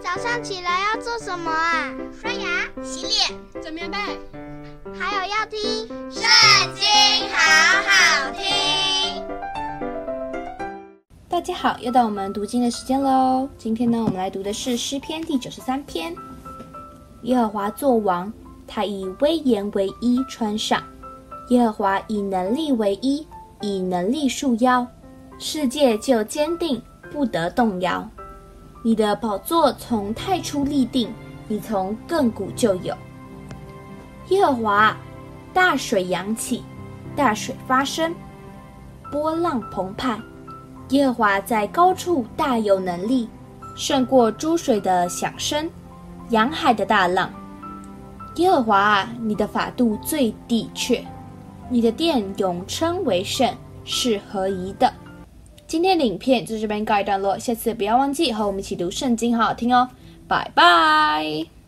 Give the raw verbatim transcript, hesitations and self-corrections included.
早上起来要做什么啊？ 刷牙、洗脸、 整棉被， 还有要听《 圣经》，好好听。 大家好，又到我们读经的时间喽。今天呢，我们来读的是诗篇第九十三篇。耶和华作王，他以威严为衣穿上；耶和华以能力为衣，以能力束腰。世界就坚定，不得动摇。你的宝座从太初立定，你从亘古就有。耶和华，大水扬起，大水发生，波浪澎湃。耶和华在高处大有能力，胜过诸水的响声，洋海的大浪。耶和华啊，你的法度最的确，你的殿永称为圣，是合宜的。今天的影片就这边告一段落，下次不要忘记和我们一起读圣经，好好听哦，拜拜。